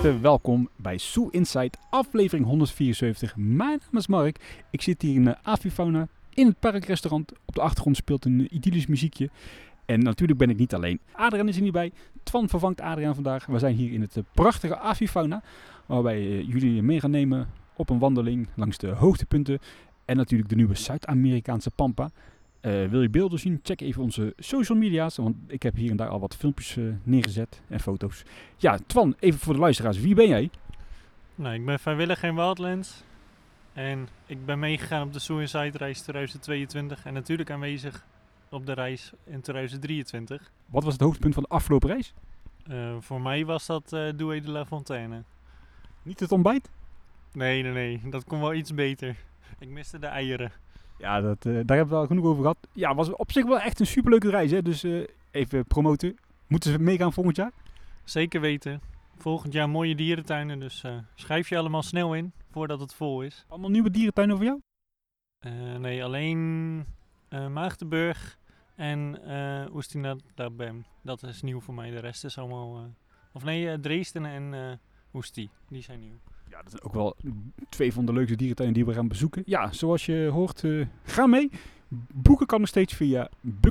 harte welkom bij Zoo Insight, aflevering 174. Mijn naam is Mark. Ik zit hier in Avifauna, in het parkrestaurant. Op de achtergrond speelt een idyllisch muziekje. En natuurlijk ben ik niet alleen. Adriaan is er niet bij. Twan vervangt Adriaan vandaag. We zijn hier in het prachtige Avifauna, waarbij jullie mee gaan nemen op een wandeling langs de hoogtepunten. En natuurlijk de nieuwe Zuid-Amerikaanse Pampa. Wil je beelden zien? Check even onze social media's, want ik heb hier en daar al wat filmpjes neergezet en foto's. Ja, Twan, even voor de luisteraars, wie ben jij? Nou, ik ben vrijwilliger in Wildlands en ik ben meegegaan op de Zoo Insight reis 2022 en natuurlijk aanwezig op de reis in 2023. Wat was het hoogtepunt van de afgelopen reis? Voor mij was dat Douai de la Fontaine. Niet het ontbijt? Nee, dat kon wel iets beter. Ik miste de eieren. Ja, daar hebben we het al genoeg over gehad. Ja, was op zich wel echt een superleuke reis, hè? Dus even promoten. Moeten ze meegaan volgend jaar? Zeker weten. Volgend jaar mooie dierentuinen, dus schrijf je allemaal snel in voordat het vol is. Allemaal nieuwe dierentuinen voor jou? Nee, alleen Maagdenburg en Oestinat-Labem. Dat is nieuw voor mij. De rest is allemaal... Dresden en Oesti. Die zijn nieuw. Ja, dat zijn ook wel twee van de leukste dierentuinen die we gaan bezoeken. Ja, zoals je hoort, ga mee. Boeken kan nog steeds via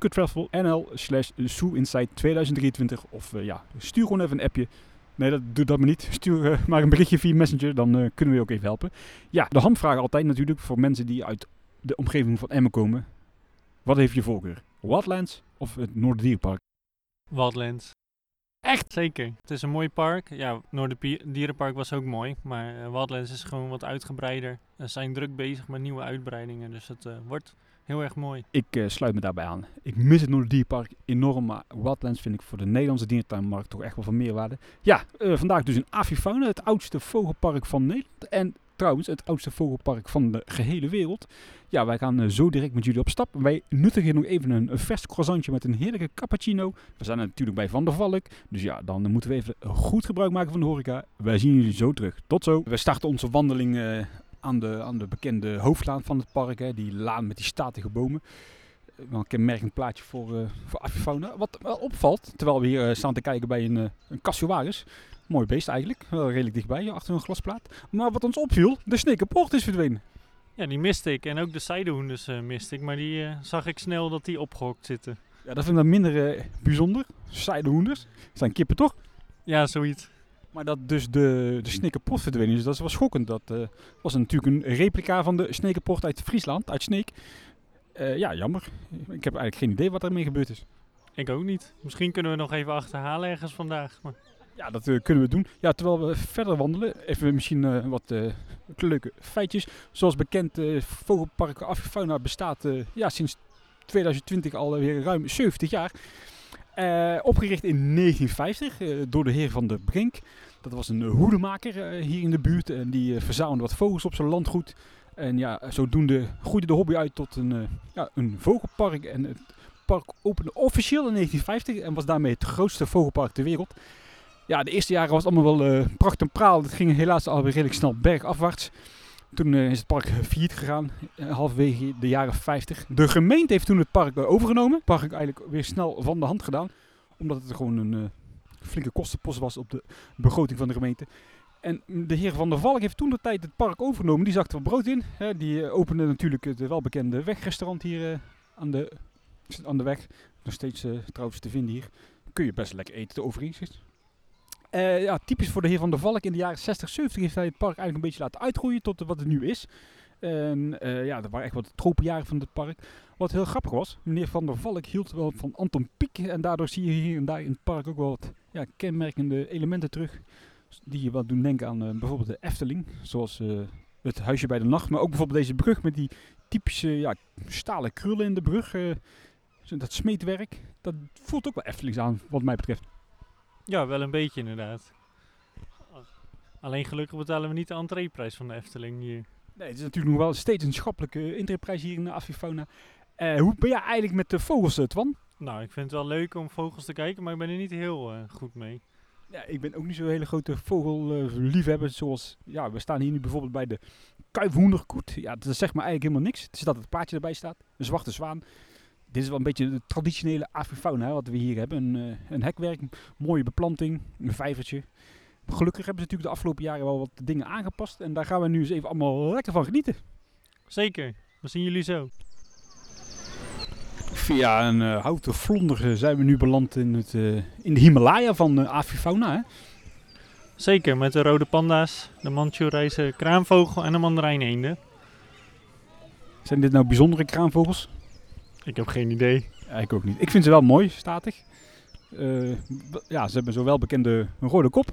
buckettravel.nl/Zoo Insight 2023. Of stuur gewoon even een appje. Nee, doe dat maar niet. Stuur maar een berichtje via Messenger, dan kunnen we je ook even helpen. Ja, de handvragen altijd natuurlijk voor mensen die uit de omgeving van Emmen komen. Wat heeft je voorkeur? Wildlands of het Noorderdierenpark? Wildlands. Echt? Zeker. Het is een mooi park. Ja, Noorderdierenpark was ook mooi. Maar Wildlands is gewoon wat uitgebreider. Ze zijn druk bezig met nieuwe uitbreidingen. Dus het wordt heel erg mooi. Ik sluit me daarbij aan. Ik mis het Noorderdierenpark enorm. Maar Wildlands vind ik voor de Nederlandse dierentuinmarkt toch echt wel van meerwaarde. Ja, vandaag dus in Avifauna, het oudste vogelpark van Nederland. En trouwens het oudste vogelpark van de gehele wereld. Ja, wij gaan zo direct met jullie op stap. Wij nuttigen nog even een vers croissantje met een heerlijke cappuccino. We zijn natuurlijk bij Van der Valk. Dus ja, dan moeten we even goed gebruik maken van de horeca. Wij zien jullie zo terug. Tot zo. We starten onze wandeling aan de bekende hoofdlaan van het park. Hè. Die laan met die statige bomen. Wel een kenmerkend plaatje voor Avifauna. Wat wel opvalt, terwijl we hier staan te kijken bij een Cassiowaris. Mooi beest eigenlijk. Wel redelijk dichtbij, achter een glasplaat. Maar wat ons opviel, de snekerpoort is verdwenen. Ja, die miste ik. En ook de zijdehoenders miste ik. Maar die zag ik snel dat die opgehokt zitten. Ja, dat vind ik dan minder bijzonder. Zijdehoenders. Dat zijn kippen toch? Ja, zoiets. Maar dat dus de snekerpoort verdwenen is, dat is wel schokkend. Dat was natuurlijk een replica van de snekerpoort uit Friesland, uit Sneek. Ja, jammer. Ik heb eigenlijk geen idee wat ermee gebeurd is. Ik ook niet. Misschien kunnen we nog even achterhalen ergens vandaag. Maar... Ja, dat kunnen we doen. Ja, terwijl we verder wandelen, even misschien wat leuke feitjes. Zoals bekend, Vogelpark Avifauna bestaat sinds 2020 alweer ruim 70 jaar. Opgericht in 1950 door de heer Van der Brink. Dat was een hoedemaker hier in de buurt. En die verzamelde wat vogels op zijn landgoed. En ja, zodoende groeide de hobby uit tot een vogelpark. En het park opende officieel in 1950 en was daarmee het grootste vogelpark ter wereld. Ja, de eerste jaren was het allemaal wel pracht en praal. Het ging helaas alweer redelijk snel bergafwaarts. Toen is het park failliet gegaan, halverwege de jaren 50. De gemeente heeft toen het park overgenomen. Het park eigenlijk weer snel van de hand gedaan. Omdat het gewoon een flinke kostenpost was op de begroting van de gemeente. En de heer Van der Valk heeft toen de tijd het park overgenomen. Die zag er wat brood in. Die opende natuurlijk het welbekende wegrestaurant hier aan de weg. Nog steeds trouwens te vinden hier. Kun je best lekker eten overigens. Typisch voor de heer Van der Valk. In de jaren 60, 70 heeft hij het park eigenlijk een beetje laten uitgroeien tot wat het nu is. Dat waren echt wat de tropenjaren van het park. Wat heel grappig was, meneer Van der Valk hield wel van Anton Pieck. En daardoor zie je hier en daar in het park ook wel wat kenmerkende elementen terug. Die je wel doen denken aan bijvoorbeeld de Efteling. Zoals het huisje bij de nacht. Maar ook bijvoorbeeld deze brug met die typische stalen krullen in de brug. Dat smeedwerk. Dat voelt ook wel Eftelings aan wat mij betreft. Ja, wel een beetje inderdaad. Alleen gelukkig betalen we niet de entreeprijs van de Efteling hier. Nee, het is natuurlijk nog wel steeds een schappelijke intreprijs hier in de Avifauna. Hoe ben jij eigenlijk met de vogels, Twan? Nou, ik vind het wel leuk om vogels te kijken, maar ik ben er niet heel goed mee. Ja, ik ben ook niet zo'n hele grote vogelliefhebber. Zoals, we staan hier nu bijvoorbeeld bij de kuifhoenderkoet. Ja, dat zegt me eigenlijk helemaal niks. Het is dat het plaatje erbij staat. Een zwarte zwaan. Dit is wel een beetje de traditionele Avifauna wat we hier hebben. Een hekwerk, mooie beplanting, een vijvertje. gelukkig hebben ze natuurlijk de afgelopen jaren wel wat dingen aangepast. En daar gaan we nu eens even allemaal lekker van genieten. Zeker. We zien jullie zo. Via een houten vlonder zijn we nu beland in de Himalaya van avifauna. Hè? Zeker, met de rode panda's, de Manchourijse kraanvogel en de mandarijneenden. Zijn dit nou bijzondere kraanvogels? Ik heb geen idee. Ja, ik ook niet. Ik vind ze wel mooi, statig. Ja, ze hebben zo'n welbekende rode kop.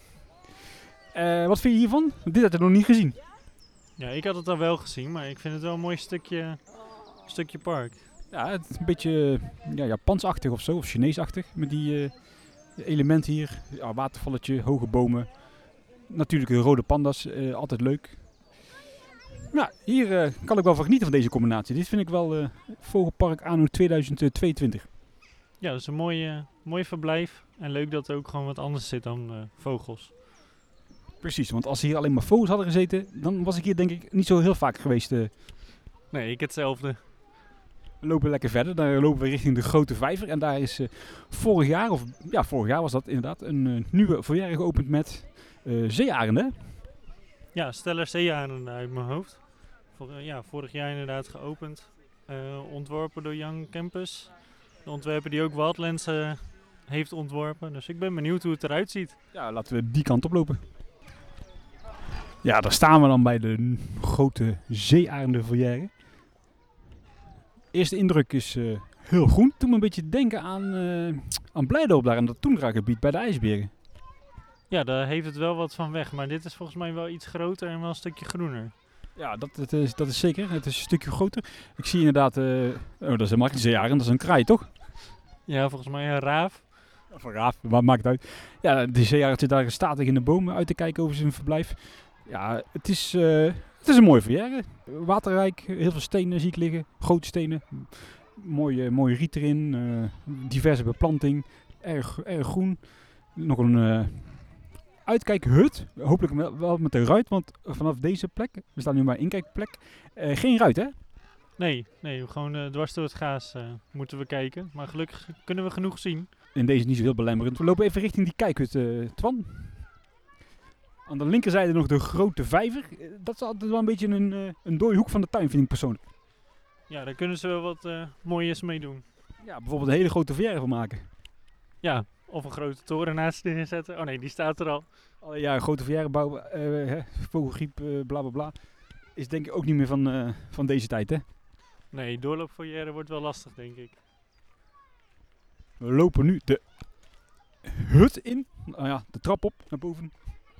Wat vind je hiervan? Dit had ik nog niet gezien. Ja, ik had het al wel gezien, maar ik vind het wel een mooi stukje park. Ja, het is een beetje Japansachtig of zo, of Chineesachtig. Met die elementen hier. Ja, watervalletje, hoge bomen. Natuurlijk de rode panda's, altijd leuk. Ja, hier kan ik wel van genieten van deze combinatie. Dit vind ik wel Vogelpark anno 2022. Ja, dat is een mooi verblijf. En leuk dat er ook gewoon wat anders zit dan vogels. Precies, want als hier alleen maar vogels hadden gezeten, dan was ik hier denk ik niet zo heel vaak geweest. Nee, ik hetzelfde. We lopen lekker verder, dan lopen we richting de Grote Vijver. En daar is vorig jaar was dat inderdaad, een nieuwe foyer geopend met zeearenden. Ja, Steller zeearenden uit mijn hoofd. Vorig jaar inderdaad geopend. Ontworpen door Young Campus. De ontwerper die ook Wildlands heeft ontworpen. Dus ik ben benieuwd hoe het eruit ziet. Ja, laten we die kant op lopen. Ja, daar staan we dan bij de grote zeearenden foyer. Eerste indruk is heel groen. Toen me een beetje denken aan Blijdorp daar in dat Toendra-gebied bij de ijsberen. Ja, daar heeft het wel wat van weg. Maar dit is volgens mij wel iets groter en wel een stukje groener. Ja, dat is zeker. Het is een stukje groter. Ik zie inderdaad... dat is helemaal geen zeearend, dat is een kraai, toch? Ja, volgens mij een raaf. Of een raaf, wat maakt het uit? Ja, de zeearend zit daar statig in de bomen uit te kijken over zijn verblijf. Ja, het is een mooi foyer. Waterrijk, heel veel stenen zie ik liggen. Grote stenen. Mooie riet erin. Diverse beplanting. Erg groen. Nog een uitkijkhut. Hopelijk wel met een ruit, want vanaf deze plek, we staan nu maar inkijkplek, geen ruit hè? Nee, gewoon dwars door het gaas moeten we kijken. Maar gelukkig kunnen we genoeg zien. In deze niet zo heel belemmerend. We lopen even richting die kijkhut, Twan. Aan de linkerzijde nog de Grote Vijver. Dat is altijd wel een beetje een dode hoek van de tuin, vind ik persoonlijk. Ja, daar kunnen ze wel wat moois mee doen. Ja, bijvoorbeeld een hele grote verre van maken. Ja, of een grote toren naast neerzetten. Oh nee, die staat er al. Ja, een grote verre bouwen, vogelgriep, bla bla bla. Is denk ik ook niet meer van deze tijd, hè? Nee, doorloopfoyer wordt wel lastig, denk ik. We lopen nu de hut in. Nou ja, de trap op naar boven.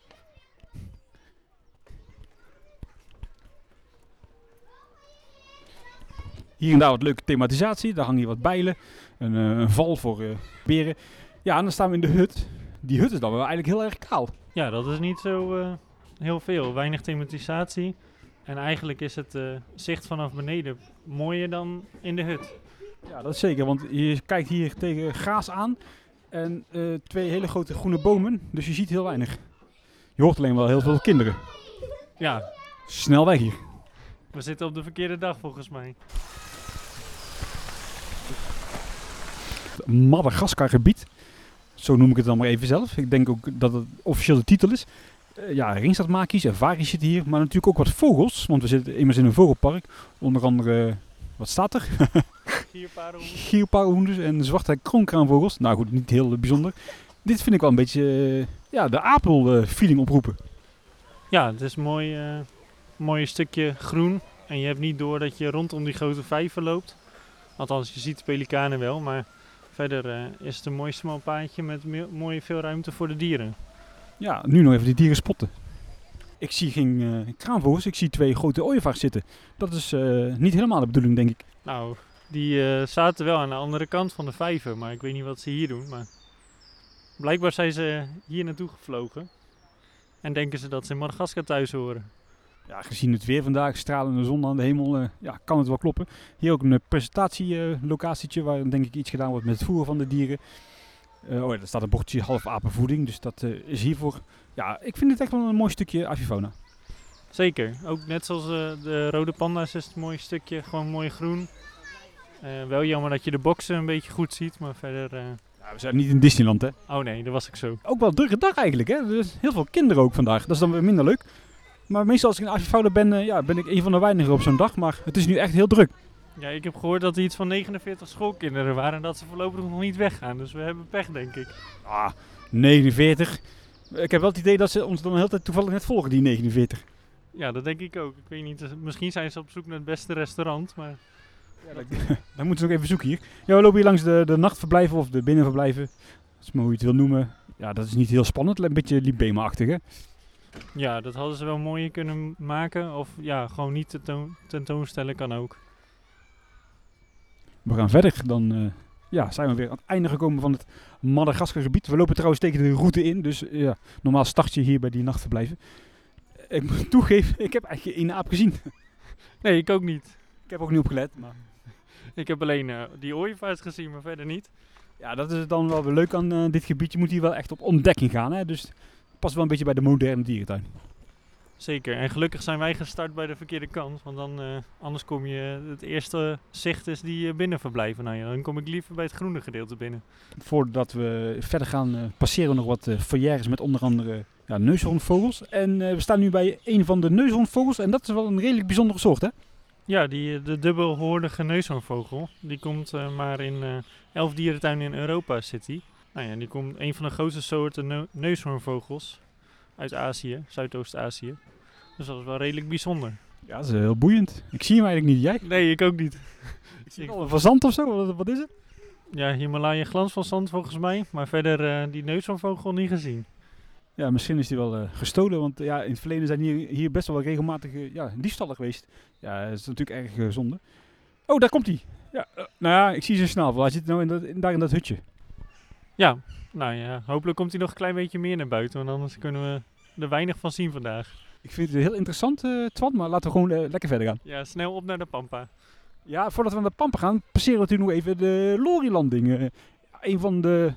Hier en daar wat leuke thematisatie. Daar hangen hier wat bijlen. Een val voor beren. Ja, en dan staan we in de hut. Die hut is dan wel eigenlijk heel erg kaal. Ja, dat is niet zo heel veel. Weinig thematisatie. En eigenlijk is het zicht vanaf beneden mooier dan in de hut. Ja, dat is zeker. Want je kijkt hier tegen gaas aan. En 2 hele grote groene bomen. Dus je ziet heel weinig. Je hoort alleen wel heel veel kinderen. Ja. Snel weg hier. We zitten op de verkeerde dag volgens mij. Madagaskar-gebied. Zo noem ik het dan maar even zelf. Ik denk ook dat het officieel de titel is. Ringstadmakies en varies zitten hier. Maar natuurlijk ook wat vogels. Want we zitten immers in een vogelpark. Onder andere, wat staat er? Gierpaardenhoenders en zwarte kroonkraanvogels. Nou goed, niet heel bijzonder. Dit vind ik wel een beetje de Apel-feeling oproepen. Ja, het is een mooi stukje groen. En je hebt niet door dat je rondom die grote vijver loopt. Althans, je ziet de pelikanen wel, maar verder is het een mooi smal paadje met veel ruimte voor de dieren. Ja, nu nog even die dieren spotten. Ik zie geen kraanvogels, ik zie 2 grote ooievaars zitten. Dat is niet helemaal de bedoeling, denk ik. Nou, die zaten wel aan de andere kant van de vijver, maar ik weet niet wat ze hier doen. Maar blijkbaar zijn ze hier naartoe gevlogen en denken ze dat ze in Madagaskar thuis horen. Ja, gezien het weer vandaag, stralende zon aan de hemel, kan het wel kloppen. Hier ook een presentatielocatietje waar denk ik iets gedaan wordt met het voeren van de dieren. Er staat een bordje half apenvoeding, dus dat is hiervoor. Ja, ik vind het echt wel een mooi stukje avifauna. Zeker, ook net zoals de rode panda's is het een mooi stukje, gewoon mooi groen. Wel jammer dat je de boksen een beetje goed ziet, maar verder... Ja, we zijn niet in Disneyland, hè. Oh nee, dat was ik zo. Ook wel een drukke dag eigenlijk, hè. Er is heel veel kinderen ook vandaag. Dat is dan weer minder leuk. Maar meestal als ik in Avifauna ben, ben ik een van de weinigen op zo'n dag. Maar het is nu echt heel druk. Ja, ik heb gehoord dat er iets van 49 schoolkinderen waren en dat ze voorlopig nog niet weggaan. Dus we hebben pech, denk ik. 49. Ik heb wel het idee dat ze ons dan de hele tijd toevallig net volgen, die 49. Ja, dat denk ik ook. Ik weet niet, misschien zijn ze op zoek naar het beste restaurant, maar... Ja, dan moeten ze nog even zoeken hier. Ja, we lopen hier langs de nachtverblijven of de binnenverblijven. Dat is maar hoe je het wil noemen. Ja, dat is niet heel spannend. Een beetje Libema-achtig, hè. Ja, dat hadden ze wel mooier kunnen maken. Of ja, gewoon niet tentoonstellen kan ook. We gaan verder. Dan zijn we weer aan het einde gekomen van het Madagaskar-gebied. We lopen trouwens tegen de route in. Dus ja, normaal start je hier bij die nachtverblijven. Ik moet toegeven, ik heb eigenlijk geen aap gezien. Nee, ik ook niet. Ik heb ook niet opgelet. Maar... Ik heb alleen die ooievaars gezien, maar verder niet. Ja, dat is dan wel weer leuk aan dit gebied. Je moet hier wel echt op ontdekking gaan. Hè? Dus het past wel een beetje bij de moderne dierentuin. Zeker. En gelukkig zijn wij gestart bij de verkeerde kant. Want dan, anders kom je... Het eerste zicht is die binnenverblijven. Nou ja, dan kom ik liever bij het groene gedeelte binnen. Voordat we verder gaan, passeren we nog wat foyeres met onder andere neushoornvogels. En we staan nu bij een van de neushoornvogels. En dat is wel een redelijk bijzondere soort, hè? Ja, de dubbelhoornige neushoornvogel. Die komt maar in 11 dierentuinen in Europa zit die. Nou ja, die komt een van de grootste soorten neushoornvogels uit Azië, Zuidoost-Azië. Dus dat is wel redelijk bijzonder. Ja, dat is heel boeiend. Ik zie hem eigenlijk niet. Jij? Nee, ik ook niet. Ik zie wel een fazant of zo. Wat is het? Ja, Himalaya glansfazant volgens mij. Maar verder die neushoornvogel niet gezien. Ja, misschien is die wel gestolen. Want ja, in het verleden zijn hier best wel regelmatig diefstallen geweest. Ja, dat is natuurlijk erg zonde. Oh, daar komt hij. Ja, nou ja, ik zie zijn snavel. Hij zit nou daar in dat hutje. Ja, nou ja, hopelijk komt hij nog een klein beetje meer naar buiten. Want anders kunnen we er weinig van zien vandaag. Ik vind het heel interessant, Twan, maar laten we gewoon lekker verder gaan. Ja, snel op naar de Pampa. Ja, voordat we naar de Pampa gaan, passeren we natuurlijk nog even de Lorilanding. Een van de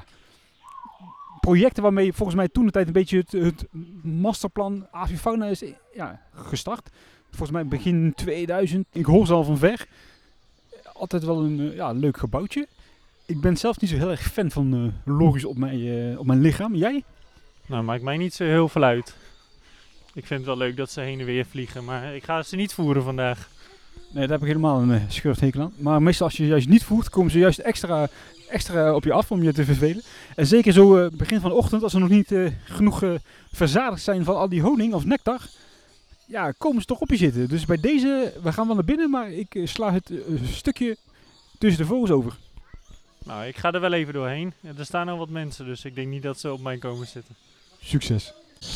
projecten waarmee volgens mij toen de tijd een beetje het masterplan Avifauna is gestart. Volgens mij begin 2000. Ik hoor ze al van ver. Altijd wel een leuk gebouwtje. Ik ben zelf niet zo heel erg fan van lories op mijn lichaam. Jij? Nou, maakt mij niet zo heel veel uit. Ik vind het wel leuk dat ze heen en weer vliegen, maar ik ga ze niet voeren vandaag. Nee, daar heb ik helemaal een schurfthekel aan. Maar meestal als je juist niet voert, komen ze juist extra op je af om je te vervelen. En zeker zo begin van de ochtend, als ze nog niet genoeg verzadigd zijn van al die honing of nectar, ja, komen ze toch op je zitten. Dus bij deze, we gaan wel naar binnen, maar ik sla het stukje tussen de vogels over. Nou, ik ga er wel even doorheen. Er staan al wat mensen, dus ik denk niet dat ze op mij komen zitten. Succes.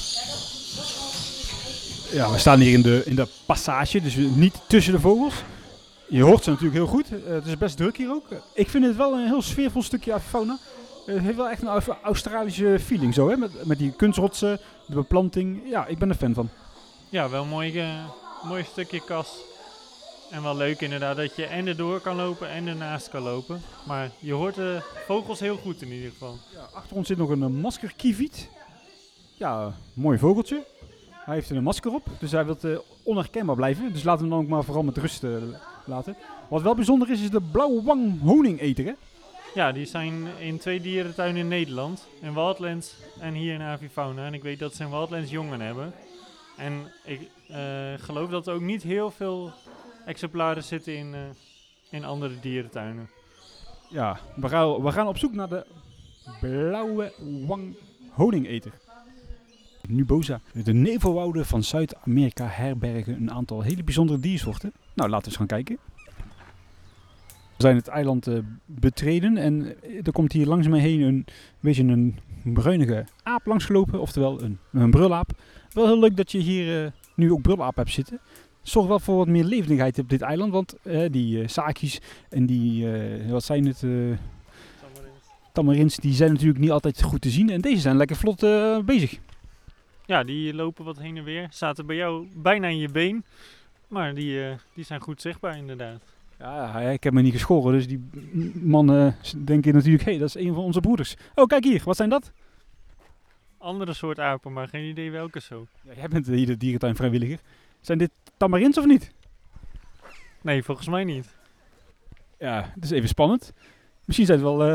Ja, we staan hier in de passage, dus niet tussen de vogels. Je hoort ze natuurlijk heel goed. Het is best druk hier ook. Ik vind het wel een heel sfeervol stukje Avifauna. Het heeft wel echt een Australische feeling zo, hè? Met die kunstrotsen, de beplanting. Ja, ik ben er fan van. Ja, wel een mooi stukje kas. En wel leuk inderdaad dat je en erdoor kan lopen en ernaast kan lopen. Maar je hoort de vogels heel goed in ieder geval. Ja, achter ons zit nog een maskerkieviet. Ja, mooi vogeltje. Hij heeft een masker op, dus hij wil onherkenbaar blijven. Dus laten we hem dan ook maar vooral met rust laten. Wat wel bijzonder is de blauwe wang honingeter, hè? Ja, die zijn in 2 dierentuinen in Nederland. In Wildlands en hier in Avifauna. En ik weet dat ze in Wildlands jongen hebben. En ik geloof dat er ook niet heel veel exemplaren zitten in andere dierentuinen. Ja, we gaan op zoek naar de blauwe wang honingeter. Nubosa. De nevelwouden van Zuid-Amerika herbergen een aantal hele bijzondere diersoorten. Nou, laten we eens gaan kijken. We zijn het eiland betreden en er komt hier langs mij heen een beetje een bruinige aap langsgelopen, oftewel een brulaap. Wel heel leuk dat je hier nu ook brulaap hebt zitten. Zorgt wel voor wat meer levendigheid op dit eiland, want die saki's en die, wat zijn het, tamarins, die zijn natuurlijk niet altijd goed te zien en deze zijn lekker vlot bezig. Ja, die lopen wat heen en weer. Zaten bij jou bijna in je been. Maar die zijn goed zichtbaar inderdaad. Ja, ik heb me niet geschoren, dus die mannen denken natuurlijk, hé, dat is een van onze broeders. Oh, kijk hier, wat zijn dat? Andere soort apen, maar geen idee welke zo. Ja, jij bent hier de dierentuin vrijwilliger. Zijn dit tamarins of niet? Nee, volgens mij niet. Ja, het is even spannend. Misschien zijn het wel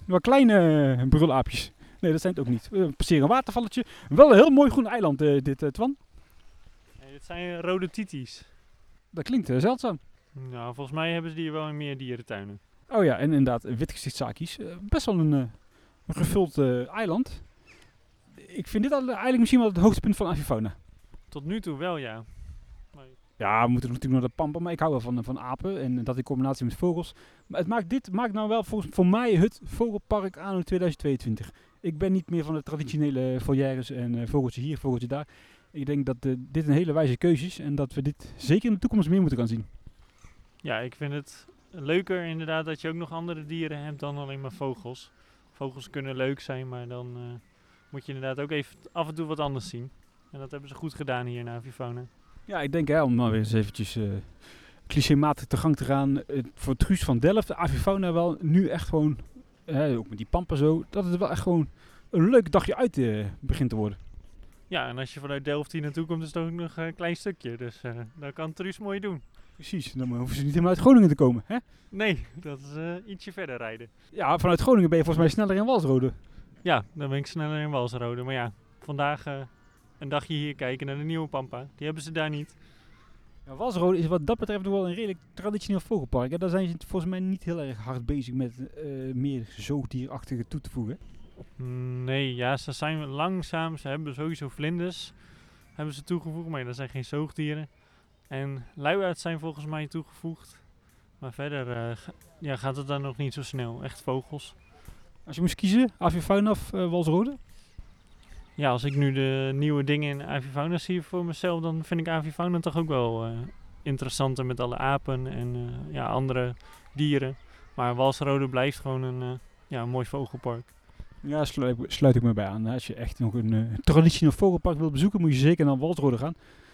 Wat kleine brulaapjes. Nee, dat zijn het ook niet. We passeren een watervalletje. Wel een heel mooi groen eiland dit, Twan. Nee, dit zijn rode titis. Dat klinkt zeldzaam. Nou, volgens mij hebben ze die wel in meer dierentuinen. Oh ja, en inderdaad, witgezichtsakies. Best wel een gevuld eiland. Ik vind dit eigenlijk misschien wel het hoogtepunt van avifauna. Tot nu toe wel, ja. Ja, we moeten natuurlijk naar de pampa, maar ik hou wel van apen en dat in combinatie met vogels. Maar dit maakt nou wel voor mij het vogelpark anno 2022. Ik ben niet meer van de traditionele volières en vogeltje hier, vogeltje daar. Ik denk dat dit een hele wijze keuze is en dat we dit zeker in de toekomst meer moeten gaan zien. Ja, ik vind het leuker inderdaad dat je ook nog andere dieren hebt dan alleen maar vogels. Vogels kunnen leuk zijn, maar dan moet je inderdaad ook even af en toe wat anders zien. En dat hebben ze goed gedaan hier in Avifauna. Ja, ik denk om maar weer eens eventjes clichématig te gang te gaan. Voor het Guus van Delft, de avifauna wel nu echt gewoon, ook met die pampa zo, dat het wel echt gewoon een leuk dagje uit begint te worden. Ja, en als je vanuit Delft hier naartoe komt, is het ook nog een klein stukje. Dus dat kan Truus mooi doen. Precies, dan hoeven ze niet helemaal uit Groningen te komen, hè? Nee, dat is ietsje verder rijden. Ja, vanuit Groningen ben je volgens mij sneller in Walsrode. Ja, dan ben ik sneller in Walsrode. Maar ja, vandaag een dagje hier kijken naar de nieuwe pampa. Die hebben ze daar niet. Ja, Walsrode is wat dat betreft nog wel een redelijk traditioneel vogelpark. Hè? Daar zijn ze volgens mij niet heel erg hard bezig met meer zoogdierachtige toe te voegen. Nee, ja, ze zijn langzaam. Ze hebben sowieso vlinders hebben ze toegevoegd, maar dat zijn geen zoogdieren. En luiaards zijn volgens mij toegevoegd. Maar verder gaat het dan nog niet zo snel. Echt vogels. Als je moest kiezen, avifauna of Walsrode? Ja, als ik nu de nieuwe dingen in Avifauna zie voor mezelf, dan vind ik Avifauna toch ook wel interessanter met alle apen en andere dieren. Maar Walsrode blijft gewoon een mooi vogelpark. Ja, sluit ik me bij aan. Als je echt nog een traditioneel vogelpark wilt bezoeken, moet je zeker naar Walsrode gaan.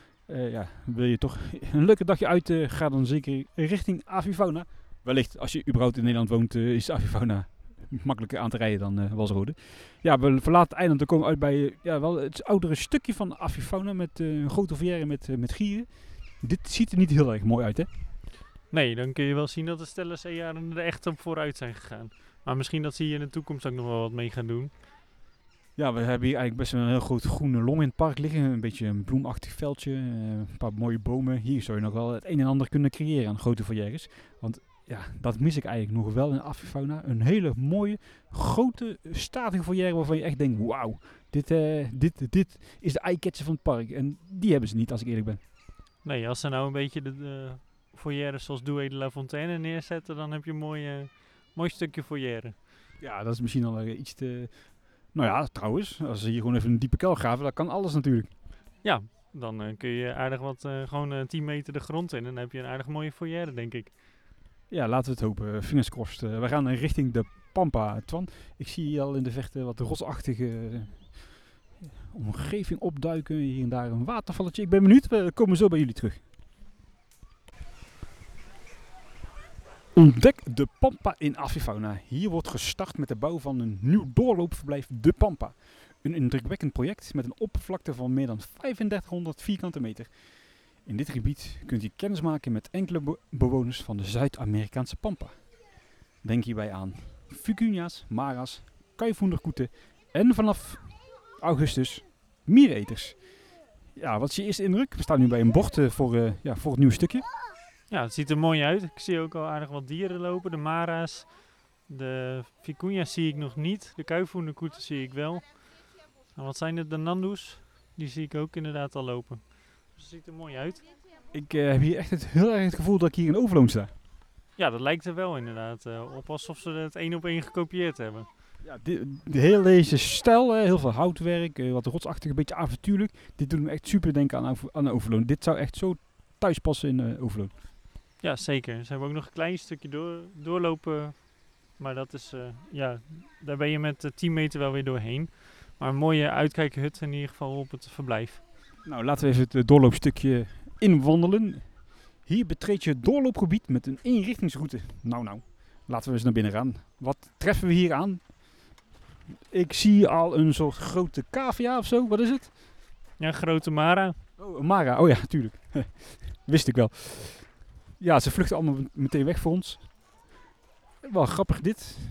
Wil je toch een leuke dagje uit, ga dan zeker richting Avifauna. Wellicht, als je überhaupt in Nederland woont, is Avifauna makkelijker aan te rijden dan Walsrode. Ja, we verlaten het eiland en komen uit bij wel het oudere stukje van Avifauna met een grote volière met gieren. Dit ziet er niet heel erg mooi uit, hè? Nee, dan kun je wel zien dat de Stellenzeejaren er echt op vooruit zijn gegaan. Maar misschien dat ze hier in de toekomst ook nog wel wat mee gaan doen. Ja, we hebben hier eigenlijk best wel een heel groot groene long in het park liggen. Een beetje een bloemachtig veldje, een paar mooie bomen. Hier zou je nog wel het een en ander kunnen creëren aan grote volières. Want ja, dat mis ik eigenlijk nog wel in Avifauna. Een hele mooie, grote, statige volière waarvan je echt denkt, wauw, dit is de eye-catcher van het park. En die hebben ze niet, als ik eerlijk ben. Nee, als ze nou een beetje de volières zoals Douai de la Fontaine neerzetten, dan heb je een mooi stukje volière. Ja, dat is misschien al iets te... Nou ja, trouwens, als ze hier gewoon even een diepe kuil graven, dat kan alles natuurlijk. Ja, dan kun je aardig wat, gewoon 10 meter de grond in en dan heb je een aardig mooie volière, denk ik. Ja, laten we het hopen. Fingers crossed. We gaan richting de Pampa, Twan. Ik zie hier al in de verte wat rotsachtige omgeving opduiken. Hier en daar een watervalletje. Ik ben benieuwd. We komen zo bij jullie terug. Ontdek de Pampa in Avifauna. Hier wordt gestart met de bouw van een nieuw doorloopverblijf, de Pampa. Een indrukwekkend project met een oppervlakte van meer dan 3500 vierkante meter. In dit gebied kunt u kennis maken met enkele bewoners van de Zuid-Amerikaanse Pampa. Denk hierbij aan vicunia's, maras, kuifhoenderkoeten en vanaf augustus miereters. Ja, wat is je eerste indruk? We staan nu bij een bord voor het nieuwe stukje. Ja, het ziet er mooi uit. Ik zie ook al aardig wat dieren lopen. De mara's, de vicunia's zie ik nog niet. De kuifhoenderkoeten zie ik wel. En wat zijn het? De nandoes? Die zie ik ook inderdaad al lopen. Dus het ziet er mooi uit. Ik heb hier echt heel erg het gevoel dat ik hier in Overloon sta. Ja, dat lijkt er wel inderdaad op alsof ze het 1 op 1 gekopieerd hebben. Ja, de hele deze stijl, heel veel houtwerk, wat rotsachtig, een beetje avontuurlijk. Dit doet me echt super denken aan Overloon. Dit zou echt zo thuis passen in Overloon. Ja, zeker. Ze hebben ook nog een klein stukje doorlopen. Maar dat is, daar ben je met 10 meter wel weer doorheen. Maar een mooie uitkijkhut in ieder geval op het verblijf. Nou, laten we even het doorloopstukje inwandelen. Hier betreed je het doorloopgebied met een eenrichtingsroute. Nou, laten we eens naar binnen gaan. Wat treffen we hier aan? Ik zie al een soort grote cavia of zo. Wat is het? Ja, grote mara. Oh, een mara. Oh ja, tuurlijk. Wist ik wel. Ja, ze vluchten allemaal meteen weg voor ons. Wel grappig dit.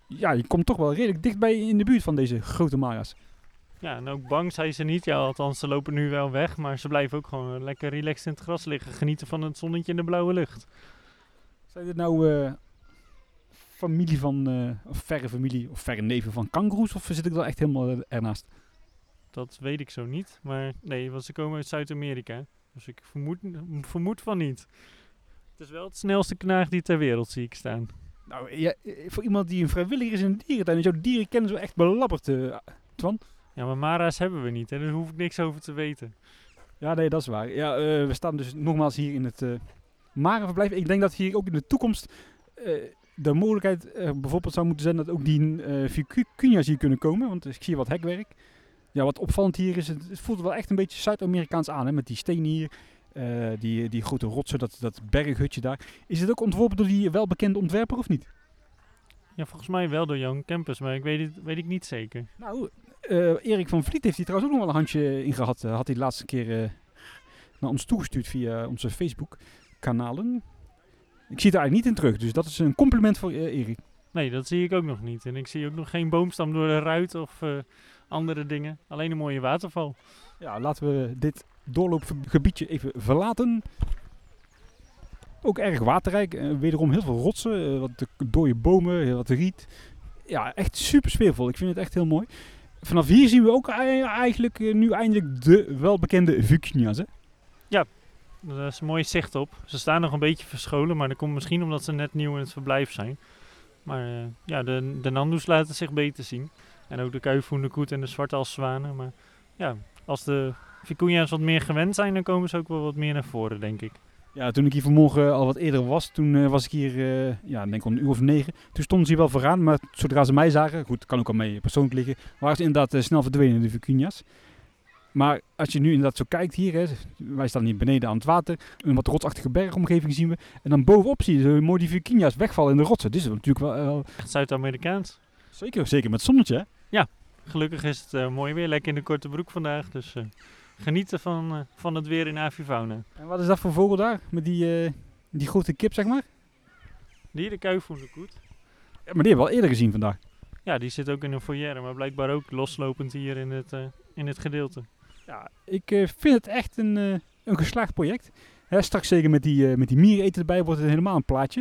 ja, je komt toch wel redelijk dichtbij in de buurt van deze grote mara's. Ja, en ook bang zijn ze niet. Ja, althans, ze lopen nu wel weg, maar ze blijven ook gewoon lekker relaxed in het gras liggen. Genieten van het zonnetje in de blauwe lucht. Zijn dit nou familie van, of verre familie, of verre neven van kangoeroes? Of zit ik wel echt helemaal ernaast? Dat weet ik zo niet. Maar nee, want ze komen uit Zuid-Amerika. Dus ik vermoed van niet. Het is wel het snelste knaagdier ter wereld, zie ik staan. Nou, ja, voor iemand die een vrijwilliger is in een dierentuin, en jouw dieren kennen zo echt belabberd, Twan. Ja, maar mara's hebben we niet, hè? Daar hoef ik niks over te weten. Ja, nee, dat is waar. Ja, we staan dus nogmaals hier in het marenverblijf. Ik denk dat hier ook in de toekomst de mogelijkheid bijvoorbeeld zou moeten zijn dat ook die vicuña's hier kunnen komen. Want ik zie wat hekwerk. Ja, wat opvallend hier is, het voelt wel echt een beetje Zuid-Amerikaans aan, hè, met die stenen hier. Die grote rotsen, dat berghutje daar. Is het ook ontworpen door die welbekende ontwerper of niet? Ja, volgens mij wel door Jan Kempers, maar ik weet ik niet zeker. Nou, Erik van Vliet heeft hier trouwens ook nog wel een handje in gehad. Had hij de laatste keer naar ons toegestuurd via onze Facebook-kanalen. Ik zie het er eigenlijk niet in terug, dus dat is een compliment voor Erik. Nee, dat zie ik ook nog niet. En ik zie ook nog geen boomstam door de ruit of andere dingen. Alleen een mooie waterval. Ja, laten we dit doorloopgebiedje even verlaten. Ook erg waterrijk. Wederom heel veel rotsen, wat dode bomen, wat riet. Ja, echt super sfeervol. Ik vind het echt heel mooi. Vanaf hier zien we ook eigenlijk nu eindelijk de welbekende vicuña's, hè? Daar is een mooi zicht op. Ze staan nog een beetje verscholen, maar dat komt misschien omdat ze net nieuw in het verblijf zijn. Maar ja, de nandoes laten zich beter zien. En ook de kuifhoenderkoet en de zwartalszwanen. Maar ja, als de vicuña's wat meer gewend zijn, dan komen ze ook wel wat meer naar voren, denk ik. Ja, toen ik hier vanmorgen al wat eerder was, toen was ik hier, denk ik om 9:00. Toen stonden ze hier wel vooraan, maar zodra ze mij zagen, goed, kan ook al mee persoonlijk liggen, waren ze inderdaad snel verdwenen, de vicuña's. Maar als je nu inderdaad zo kijkt hier, hè, wij staan hier beneden aan het water, een wat rotsachtige bergomgeving zien we. En dan bovenop zie je zo mooi die vicuña's wegvallen in de rotsen. Dit is natuurlijk wel... Echt Zuid-Amerikaans. Zeker met het zonnetje, hè? Gelukkig is het mooi weer, lekker in de korte broek vandaag. Dus genieten van het weer in Avifauna. En wat is dat voor vogel daar? Met die grote kip, zeg maar? Die de kuifhoenderkoet. Ja, maar die hebben we al eerder gezien vandaag. Ja, die zit ook in een foyer, maar blijkbaar ook loslopend hier in het gedeelte. Ja, ik vind het echt een geslaagd project. Hè, straks zeker met die miereten erbij wordt het helemaal een plaatje.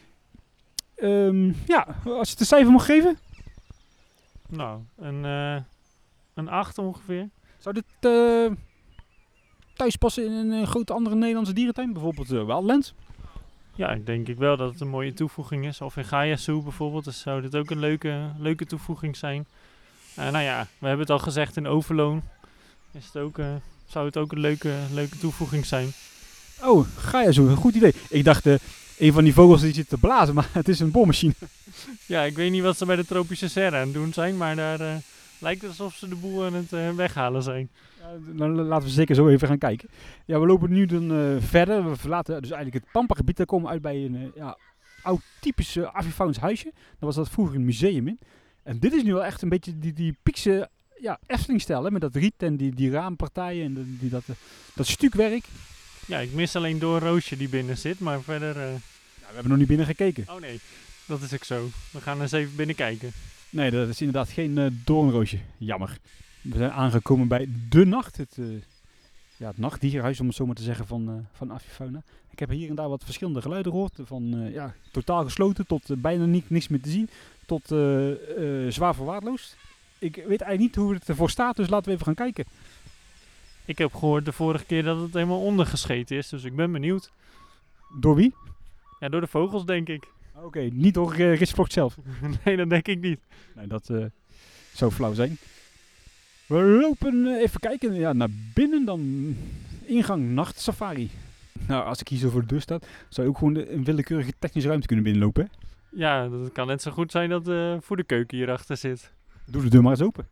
Als je het een cijfer mag geven? Nou, een 8 ongeveer. Zou dit thuis passen in een grote andere Nederlandse dierentuin? Bijvoorbeeld Wildlands? Ja, ik denk ik wel dat het een mooie toevoeging is. Of in Gaia Zoo bijvoorbeeld, dus zou dit ook een leuke toevoeging zijn. Nou ja, we hebben het al gezegd, in Overloon zou het ook een leuke toevoeging zijn. Oh, ga je zo, een goed idee. Ik dacht, een van die vogels die zit te blazen, maar het is een boormachine. Ja, ik weet niet wat ze bij de tropische serre aan het doen zijn, maar daar lijkt het alsof ze de boel aan het weghalen zijn. Ja, dan laten we zeker zo even gaan kijken. Ja, we lopen nu dan verder. We verlaten dus eigenlijk het Pampa-gebied. Daar komen we uit bij een oud typisch Avifaunsch huisje. Daar was dat vroeger een museum in. En dit is nu wel echt een beetje die piekse Efteling-stijl, hè, met dat riet en die raampartijen en dat stukwerk. Ja, ik mis alleen Door Roosje die binnen zit, maar verder... We hebben nog niet binnen gekeken. Oh nee, dat is ook zo. We gaan eens even binnen kijken. Nee, dat is inderdaad geen doornroosje. Jammer. We zijn aangekomen bij De Nacht. Het nachtdierhuis, om het zo maar te zeggen, van Avifauna. Ik heb hier en daar wat verschillende geluiden gehoord. Van totaal gesloten tot bijna niks meer te zien. Tot zwaar verwaarloosd. Ik weet eigenlijk niet hoe het ervoor staat, dus laten we even gaan kijken. Ik heb gehoord de vorige keer dat het helemaal ondergescheten is, dus ik ben benieuwd. Door wie? Ja, door de vogels denk ik. Oké, niet door Rits Vlok zelf. Nee, dat denk ik niet. Nee, dat zou flauw zijn. We lopen even kijken naar binnen, dan ingang nachtsafari. Nou, als ik hier zo voor de deur sta, zou je ook gewoon een willekeurige technische ruimte kunnen binnenlopen, hè? Ja, dat kan net zo goed zijn dat voor de keuken hierachter zit. Doe de deur maar eens open.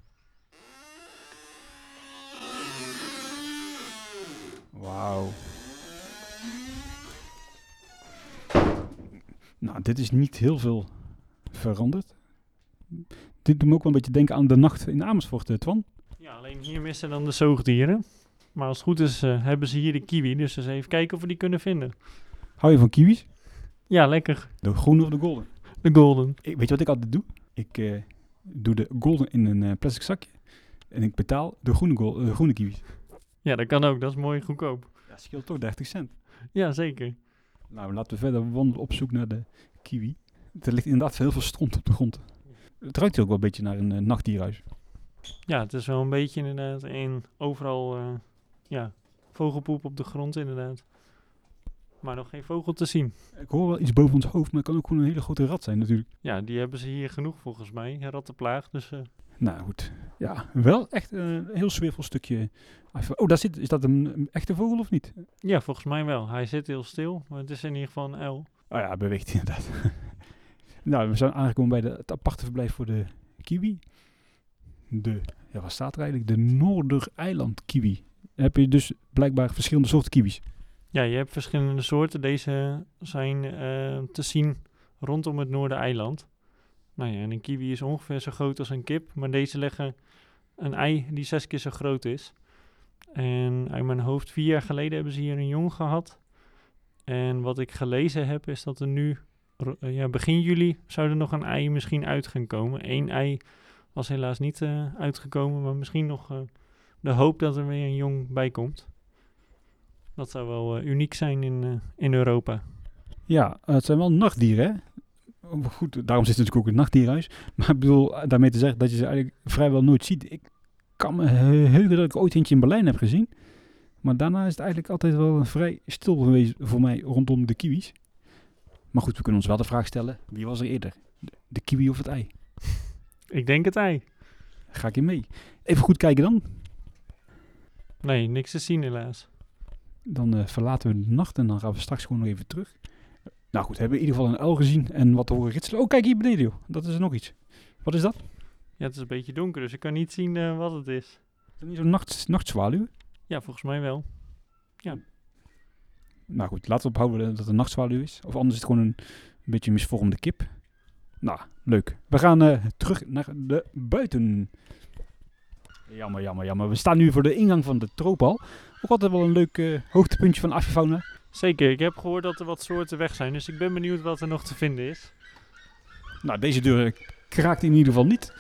Wauw. Nou, dit is niet heel veel veranderd. Dit doet me ook wel een beetje denken aan De Nacht in Amersfoort, Twan. Ja, alleen hier missen dan de zoogdieren. Maar als het goed is, hebben ze hier de kiwi, dus eens even kijken of we die kunnen vinden. Hou je van kiwis? Ja, lekker. De groene of de golden? De golden. Weet je wat ik altijd doe? Ik doe de golden in een plastic zakje. En ik betaal de groene kiwis. Ja, dat kan ook. Dat is mooi goedkoop. Ja, scheelt toch 30 cent. Ja, zeker. Nou, laten we verder wandelen op zoek naar de kiwi. Er ligt inderdaad heel veel stront op de grond. Het ruikt hier ook wel een beetje naar een nachtdierhuis. Ja, het is wel een beetje inderdaad. En overal vogelpoep op de grond inderdaad. Maar nog geen vogel te zien. Ik hoor wel iets boven ons hoofd, maar het kan ook gewoon een hele grote rat zijn natuurlijk. Ja, die hebben ze hier genoeg volgens mij. Een rattenplaag. Dus Nou goed, ja, wel echt een heel sfeervol stukje. Oh, daar zit, is dat een echte vogel of niet? ja, volgens mij wel. Hij zit heel stil. Maar het is in ieder geval een uil. Oh ja, beweegt inderdaad. Nou, we zijn aangekomen bij het aparte verblijf voor de kiwi. Wat staat er eigenlijk? De Noordereiland kiwi. Dan heb je dus blijkbaar verschillende soorten kiwis. Ja, je hebt verschillende soorten. Deze zijn te zien rondom het Noordereiland. Nou ja, en een kiwi is ongeveer zo groot als een kip. Maar deze leggen een ei die 6 keer zo groot is. En uit mijn hoofd 4 jaar geleden hebben ze hier een jong gehad. En wat ik gelezen heb is dat er nu, begin juli, zou er nog een ei misschien uit gaan komen. 1 ei was helaas niet uitgekomen, maar misschien nog de hoop dat er weer een jong bij komt. Dat zou wel uniek zijn in Europa. Ja, het zijn wel nachtdieren, hè? Goed, daarom zit het natuurlijk ook een nachtdierhuis. Maar ik bedoel daarmee te zeggen dat je ze eigenlijk vrijwel nooit ziet. Ik kan me heugen dat ik ooit eentje in Berlijn heb gezien. Maar daarna is het eigenlijk altijd wel vrij stil geweest voor mij rondom de kiwis. Maar goed, we kunnen ons wel de vraag stellen, wie was er eerder? De kiwi of het ei? Ik denk het ei. Ga ik in mee. Even goed kijken dan. Nee, niks te zien helaas. Dan verlaten we de nacht en dan gaan we straks gewoon nog even terug. Nou goed, hebben we in ieder geval een uil gezien en wat horen ritselen. Oh, kijk hier beneden joh. Dat is er nog iets. Wat is dat? Ja, het is een beetje donker, dus ik kan niet zien wat het is. Is dat niet zo'n nachtzwaluw? Ja, volgens mij wel. Nou goed, laten we ophouden dat het een nachtzwaluw is. Of anders is het gewoon een beetje een misvormde kip. Nou, leuk. We gaan terug naar de buiten. Jammer. We staan nu voor de ingang van de Troopal. Ook altijd wel een leuk hoogtepuntje van avifauna. Zeker, ik heb gehoord dat er wat soorten weg zijn, dus ik ben benieuwd wat er nog te vinden is. Nou, deze deur kraakt in ieder geval niet.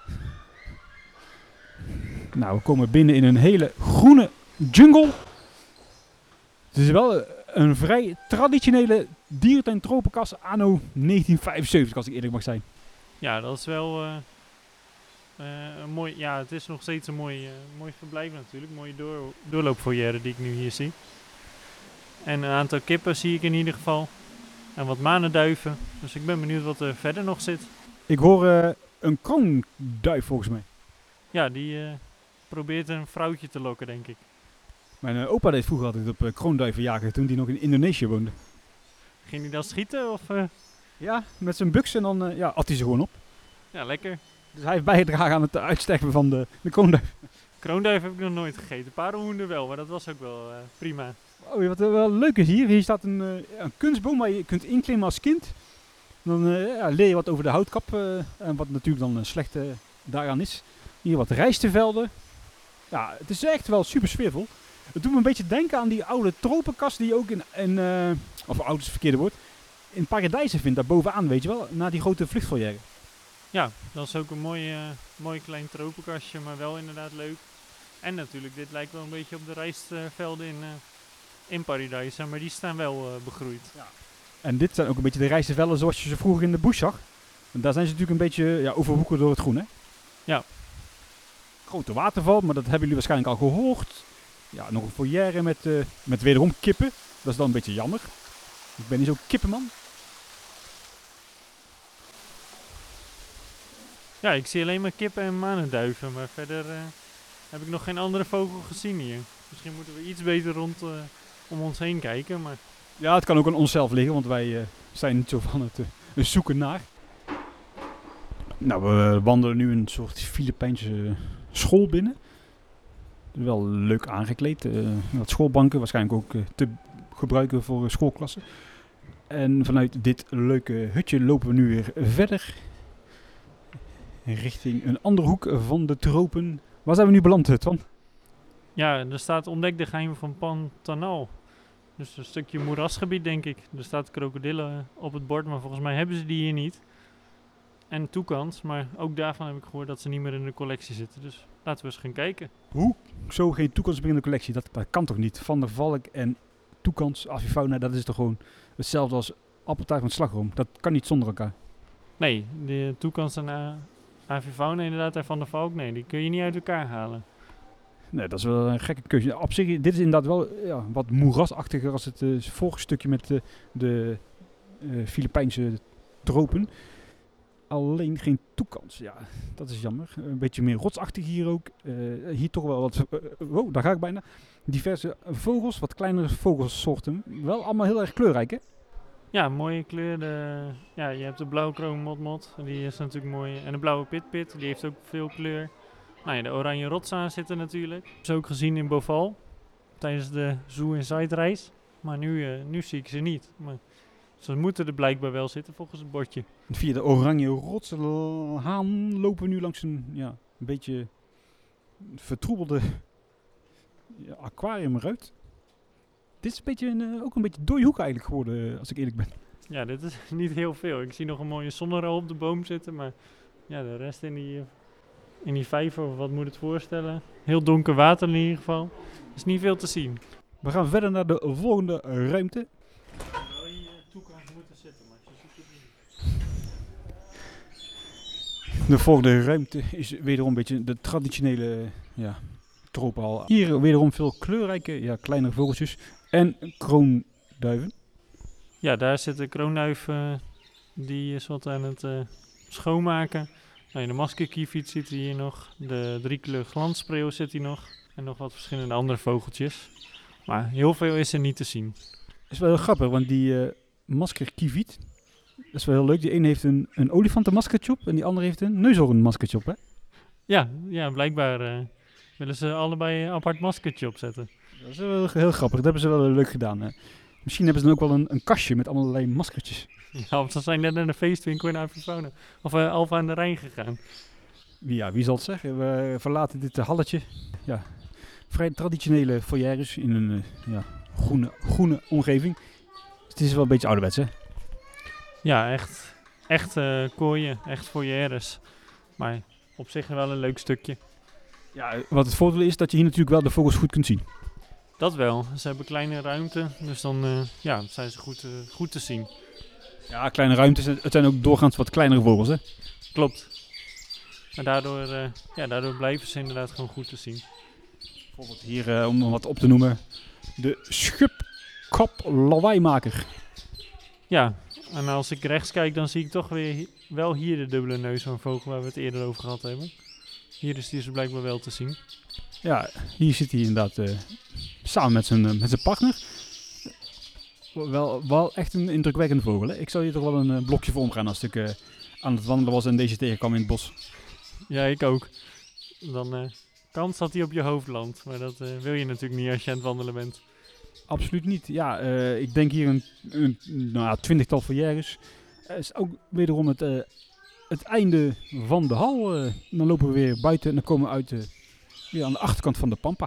Nou, we komen binnen in een hele groene jungle. Het is wel een vrij traditionele dierentuin tropenkas anno 1975, als ik eerlijk mag zijn. Ja, dat is wel een mooi. Ja, het is nog steeds een mooi verblijf natuurlijk. Mooie doorloopfoyer die ik nu hier zie. En een aantal kippen zie ik in ieder geval. En wat manenduiven. Dus ik ben benieuwd wat er verder nog zit. Ik hoor een kroonduif volgens mij. Ja, die probeert een vrouwtje te lokken, denk ik. Mijn opa deed vroeger altijd op kroonduiven jagen toen hij nog in Indonesië woonde. Ging hij dan schieten? Of, Ja, met zijn buks en dan at hij ze gewoon op. Ja, lekker. Dus hij heeft bijgedragen aan het uitsterven van de kroonduif. Kroonduif heb ik nog nooit gegeten. Paardenhoender wel, maar dat was ook wel prima. Oh, wat wel leuk is hier. Hier staat een kunstboom waar je kunt inklimmen als kind. Dan leer je wat over de houtkap en wat natuurlijk dan slecht daaraan is. Hier wat rijstvelden. Ja, het is echt wel super sfeervol. Het doet me een beetje denken aan die oude tropenkast die je ook of oud is het verkeerde woord, in Paradijzen vindt, daar bovenaan, weet je wel, na die grote vluchtfoyer. Ja, dat is ook een mooi klein tropenkastje, maar wel inderdaad leuk. En natuurlijk, dit lijkt wel een beetje op de rijstvelden in Paradijzen, maar die staan wel begroeid. Ja. En dit zijn ook een beetje de rijstvelden zoals je ze vroeger in de bush zag. En daar zijn ze natuurlijk een beetje overwoekerd door het groen, hè? Ja. Grote waterval, maar dat hebben jullie waarschijnlijk al gehoord. Ja, nog een foyer met wederom kippen. Dat is dan een beetje jammer. Ik ben niet zo'n kippenman. Ja, ik zie alleen maar kippen en manenduiven, maar verder heb ik nog geen andere vogel gezien hier. Misschien moeten we iets beter om ons heen kijken, maar... Ja, het kan ook aan onszelf liggen, want wij zijn niet zo van het zoeken naar. Nou, we wandelen nu een soort Filipijnse school binnen. Wel leuk aangekleed. Wat schoolbanken, waarschijnlijk ook te gebruiken voor schoolklassen. En vanuit dit leuke hutje lopen we nu weer verder. Richting een andere hoek van de tropen. Waar zijn we nu beland, Twan? Ja, er staat ontdek de geheimen van Pantanal. Dus een stukje moerasgebied, denk ik. Er staat krokodillen op het bord, maar volgens mij hebben ze die hier niet. en toekans. Maar ook daarvan heb ik gehoord dat ze niet meer in de collectie zitten. Dus laten we eens gaan kijken. Hoe? Zo geen toekans meer in de collectie? Dat kan toch niet? Van der Valk en toekans, avifauna, dat is toch gewoon hetzelfde als appeltaart met slagroom? Dat kan niet zonder elkaar. Nee, de toekans en avifauna inderdaad en Van der Valk, nee, die kun je niet uit elkaar halen. Nee, dat is wel een gekke keuze. Op zich, dit is inderdaad wel wat moerasachtiger als het vorige stukje met de Filipijnse tropen. Alleen geen toekans. Ja, dat is jammer. Een beetje meer rotsachtig hier ook. Hier toch wel wat... wow, daar ga ik bijna. Diverse vogels, wat kleinere vogelsoorten. Wel allemaal heel erg kleurrijk, hè? Ja, mooie kleur. Je hebt de blauwkroon motmot, die is natuurlijk mooi. En de blauwe pitpit, die heeft ook veel kleur. Nou ja, de oranje rotszaan zitten natuurlijk. Dat is ook gezien in Boval tijdens de Zoo Inside reis. Maar nu zie ik ze niet. Maar ze moeten er blijkbaar wel zitten volgens het bordje. Via de oranje rotshaan lopen we nu langs een beetje vertroebelde aquariumruit. Dit is een beetje ook een beetje dode hoek eigenlijk geworden, als ik eerlijk ben. Ja, dit is niet heel veel. Ik zie nog een mooie zonneral op de boom zitten, maar ja, de rest in die vijver, of wat moet het voorstellen? Heel donker water in ieder geval. Er is niet veel te zien. We gaan verder naar de volgende ruimte. Zou je toekant moeten zitten, maar je ziet het niet. De volgende ruimte is wederom een beetje de traditionele tropenhal. Hier wederom veel kleurrijke, kleinere vogeltjes en kroonduiven. Ja, daar zit de kroonduif, die is wat aan het schoonmaken. Nou, de maskerkieviet zit hier nog, de driekleur glanspreeuw zit hier nog en nog wat verschillende andere vogeltjes. Maar heel veel is er niet te zien. Dat is wel heel grappig, want die maskerkieviet, dat is wel heel leuk. Die ene heeft een olifantenmaskertje op en die andere heeft een neushoornmaskertje op, hè? Ja, blijkbaar willen ze allebei een apart maskertje opzetten. Dat is wel heel grappig, dat hebben ze wel leuk gedaan. Hè? Misschien hebben ze dan ook wel een kastje met allerlei maskertjes. Ja, want ze zijn net naar de feestwinkel in Avifauna. Of Alphen aan de Rijn gegaan. Wie zal het zeggen? We verlaten dit halletje. Ja, vrij traditionele foyeres in een groene omgeving. Dus het is wel een beetje ouderwets, hè? Ja, echt kooien, echt foyeres. Maar op zich wel een leuk stukje. Ja, wat het voordeel is, dat je hier natuurlijk wel de vogels goed kunt zien. Dat wel. Ze hebben kleine ruimte, dus dan zijn ze goed te zien. Ja, kleine ruimtes. Het zijn ook doorgaans wat kleinere vogels, hè? Klopt. Maar daardoor blijven ze inderdaad gewoon goed te zien. Bijvoorbeeld hier, om wat op te noemen, de schubkap lawaaimaker. Ja, en als ik rechts kijk, dan zie ik toch weer wel hier de dubbele neus van een vogel waar we het eerder over gehad hebben. Hier is die dus blijkbaar wel te zien. Ja, hier zit hij inderdaad samen met zijn partner. Wel echt een indrukwekkende vogel, hè? Ik zou hier toch wel een blokje voor omgaan als ik aan het wandelen was en deze tegenkwam in het bos. Ja, ik ook. Dan kans dat hij op je hoofd landt. Maar dat wil je natuurlijk niet als je aan het wandelen bent. Absoluut niet. Ja, ik denk hier een 20-tal foyeres. Is ook wederom het einde van de hal. Dan lopen we weer buiten en dan komen we uit weer aan de achterkant van de Pampa.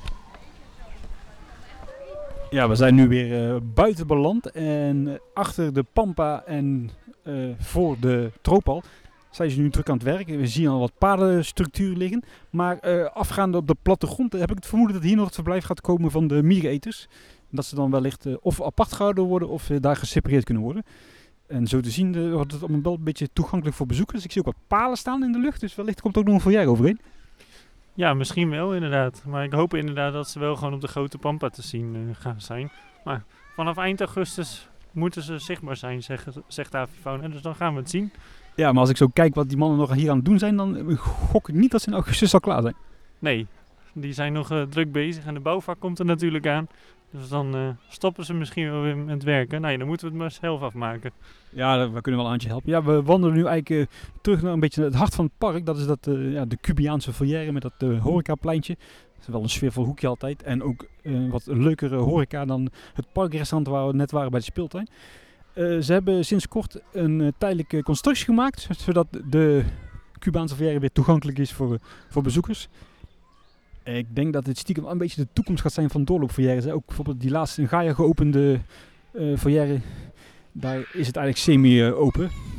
Ja, we zijn nu weer buiten beland en achter de Pampa en voor de Troopal zijn ze nu druk aan het werken. We zien al wat padenstructuur liggen, maar afgaande op de plattegrond heb ik het vermoeden dat hier nog het verblijf gaat komen van de miereneters. Dat ze dan wellicht of apart gehouden worden of daar gesepareerd kunnen worden. En zo te zien wordt het allemaal wel een beetje toegankelijk voor bezoekers. Ik zie ook wat palen staan in de lucht, dus wellicht komt er ook nog een foyer overheen. Ja, misschien wel inderdaad. Maar ik hoop inderdaad dat ze wel gewoon op de grote Pampa te zien gaan zijn. Maar vanaf eind augustus moeten ze zichtbaar zijn, zegt Avifauna. Dus dan gaan we het zien. Ja, maar als ik zo kijk wat die mannen nog hier aan het doen zijn, dan gok ik niet dat ze in augustus al klaar zijn. Nee, die zijn nog druk bezig en de bouwvak komt er natuurlijk aan. Dus dan stoppen ze misschien wel weer met werken. Nou ja, dan moeten we het maar zelf afmaken. Ja, we kunnen wel een handje helpen. Ja, we wandelen nu eigenlijk terug naar een beetje het hart van het park. Dat is de Cubiaanse foyer met dat horecapleintje. Dat is wel een sfeervol hoekje altijd. En ook wat leukere horeca dan het parkrestaurant waar we net waren bij de speeltuin. Ze hebben sinds kort een tijdelijke constructie gemaakt, zodat de Cubaanse foyer weer toegankelijk is voor bezoekers. Ik denk dat dit stiekem een beetje de toekomst gaat zijn van doorloopfoyers. Ook bijvoorbeeld die laatste in Gaia geopende foyer, daar is het eigenlijk semi-open.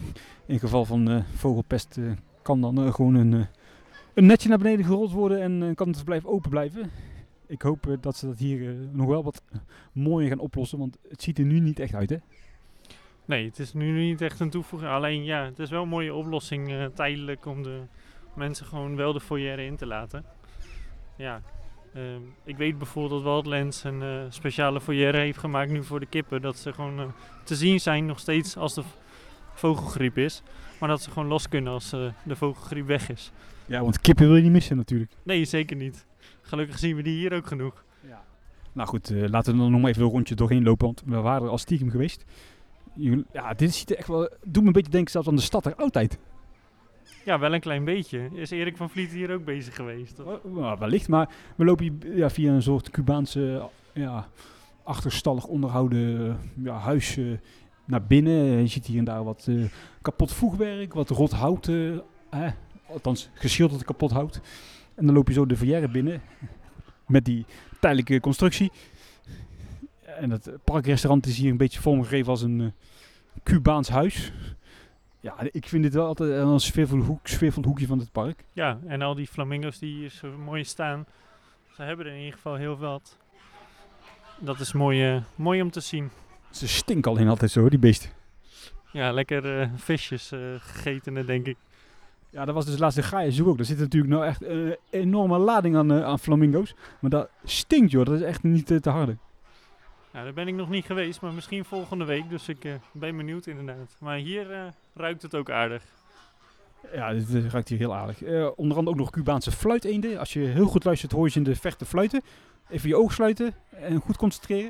In geval van vogelpest kan dan gewoon een netje naar beneden gerold worden en kan het verblijf open blijven. Ik hoop dat ze dat hier nog wel wat mooier gaan oplossen, want het ziet er nu niet echt uit, hè? Nee, het is nu niet echt een toevoeging. Alleen ja, het is wel een mooie oplossing tijdelijk om de mensen gewoon wel de foyer in te laten. Ja, ik weet bijvoorbeeld dat Wildlands een speciale foyer heeft gemaakt nu voor de kippen. Dat ze gewoon te zien zijn nog steeds als de vogelgriep is. Maar dat ze gewoon los kunnen als de vogelgriep weg is. Ja, want kippen wil je niet missen natuurlijk. Nee, zeker niet. Gelukkig zien we die hier ook genoeg. Ja. Nou goed, laten we er nog maar even een rondje doorheen lopen, want we waren er al stiekem geweest. Ja, dit ziet er echt wel, doet me een beetje denken zelfs aan de stad er altijd. Ja, wel een klein beetje. Is Erik van Vliet hier ook bezig geweest? Nou, wellicht, maar we lopen hier via een soort Cubaanse, achterstallig onderhouden huis naar binnen. Je ziet hier en daar wat kapot voegwerk, wat rot hout, althans geschilderd kapot hout. En dan loop je zo de verrière binnen met die tijdelijke constructie. En het parkrestaurant is hier een beetje vormgegeven als een Cubaans huis. Ja, ik vind dit wel altijd een sfeervol hoekje van het park. Ja, en al die flamingo's die hier zo mooi staan, ze hebben er in ieder geval heel wat. Dat is mooi om te zien. Ze stinken alleen altijd zo, die beesten. Ja, lekker visjes gegeten, denk ik. Ja, dat was dus laatst de Gaia ook. Daar zit natuurlijk nou echt een enorme lading aan flamingo's. Maar dat stinkt, joh. Dat is echt niet te harde. Nou, daar ben ik nog niet geweest, maar misschien volgende week. Dus ik ben benieuwd inderdaad. Maar hier ruikt het ook aardig. Ja, dit ruikt hier heel aardig. Onder andere ook nog Cubaanse fluiteenden. Als je heel goed luistert, hoor je ze in de verte fluiten. Even je oog sluiten en goed concentreren.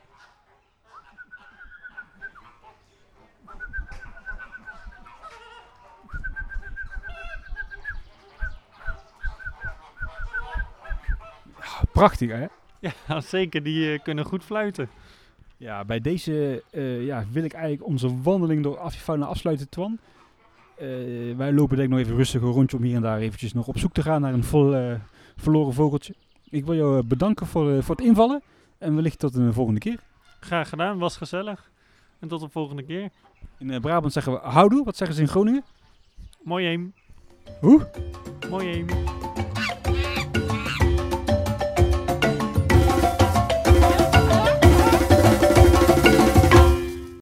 Ja, prachtig, hè? Ja, zeker. Die kunnen goed fluiten. Ja, bij deze wil ik eigenlijk onze wandeling door avifauna afsluiten, Twan. Wij lopen denk ik nog even rustig een rondje om hier en daar eventjes nog op zoek te gaan naar een verloren vogeltje. Ik wil jou bedanken voor het invallen en wellicht tot een volgende keer. Graag gedaan, was gezellig. En tot de volgende keer. In Brabant zeggen we houdoe, wat zeggen ze in Groningen? Mooi heem. Hoe? Mooi heem.